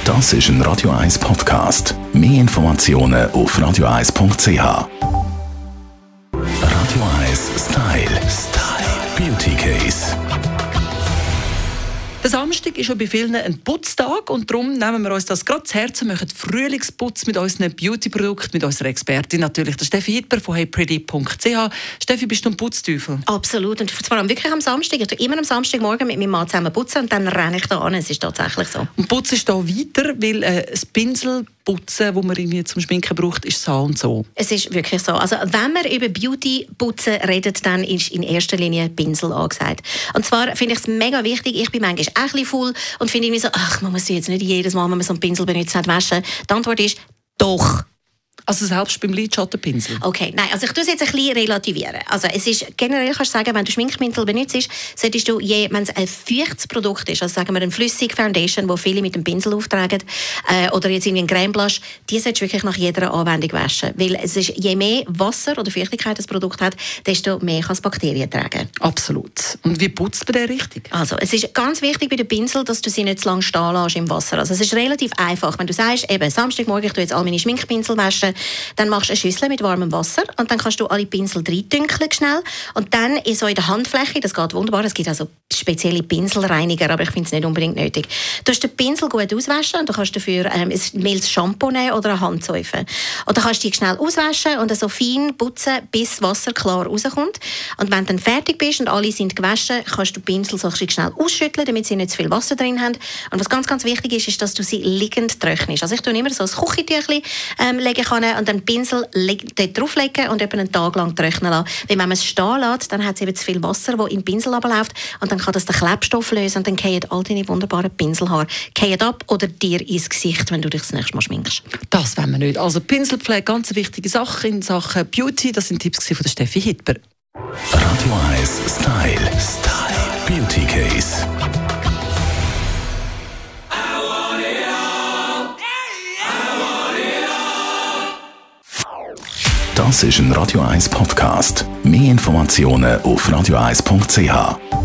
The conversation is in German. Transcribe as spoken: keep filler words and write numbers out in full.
Das ist ein Radio eins Podcast. Mehr Informationen auf radio eins punkt c h. Radio eins Style. Style. Beauty Case. Der Samstag ist schon bei vielen ein Putztag und darum nehmen wir uns das gerade zu Herzen und machen Frühlingsputz mit unseren Beauty-Produkten, mit unserer Expertin natürlich, der Steffi Hitber von hey pretty punkt c h. Steffi, bist du ein Putzteufel? Absolut, und vor allem wirklich am Samstag. Ich tue immer am Samstagmorgen mit meinem Mann zusammen putzen und dann renne ich da an. Es ist tatsächlich so. Und Putzen ist da weiter, weil äh, das Pinselputzen, das man irgendwie zum Schminken braucht, ist so und so. Es ist wirklich so. Also wenn man über Beauty-Putzen redet, dann ist in erster Linie Pinsel angesagt. Und zwar finde ich es mega wichtig. Ich bin manchmal auch ein bisschen faul und finde irgendwie so, ach, man muss jetzt nicht jedes Mal, wenn man so einen Pinsel benutzt hat, waschen. Die Antwort ist doch. Also selbst beim Lidschattenpinsel? Okay, nein, also ich tue es jetzt ein bisschen relativieren. Also es ist, generell kannst du sagen, wenn du Schminkpinsel benutzt, solltest du, je, wenn es ein feuchtes Produkt ist, also sagen wir eine flüssige Foundation, die viele mit dem Pinsel auftragen, äh, oder jetzt irgendwie ein Creme Blush, die solltest du wirklich nach jeder Anwendung waschen. Weil es ist, je mehr Wasser oder Feuchtigkeit das Produkt hat, desto mehr kann es Bakterien tragen. Absolut. Und wie putzt man den richtig? Also es ist ganz wichtig bei den Pinsel, dass du sie nicht zu lange stehen lässt im Wasser. Also es ist relativ einfach. Wenn du sagst, eben Samstagmorgen, ich tue jetzt all meine Schminkpinsel waschen, dann machst du eine Schüssel mit warmem Wasser und dann kannst du alle Pinsel reindünkeln schnell und dann in so in der Handfläche, das geht wunderbar, es gibt also spezielle Pinselreiniger, aber ich finde es nicht unbedingt nötig. Du kannst den Pinsel gut auswaschen und du kannst dafür ähm, ein mildes Shampoo nehmen oder eine Handseife. Und dann kannst du die schnell auswaschen und so fein putzen, bis das Wasser klar rauskommt. Und wenn du dann fertig bist und alle sind gewaschen, kannst du die Pinsel so schnell ausschütteln, damit sie nicht zu viel Wasser drin haben. Und was ganz, ganz wichtig ist, ist, dass du sie liegend trocknest. Also ich tue immer so ein Küchentüchchen ähm, legen kann und dann Pinsel dort drauflegen und etwa einen Tag lang trocknen lassen. Weil wenn man es stehen lässt, dann hat es eben zu viel Wasser, das in den Pinsel abläuft und dann kann das den Klebstoff lösen und dann fallen all deine wunderbaren Pinselhaare fallen ab oder dir ins Gesicht, wenn du dich das nächste Mal schminkst. Das wollen wir nicht. Also Pinselpflege, ganz wichtige Sache in Sachen Beauty. Das sind Tipps von der Steffi Hitber. Radio eins Style. Style. Beauty Case. Das ist ein Radio eins Podcast. Mehr Informationen auf radio eins punkt c h.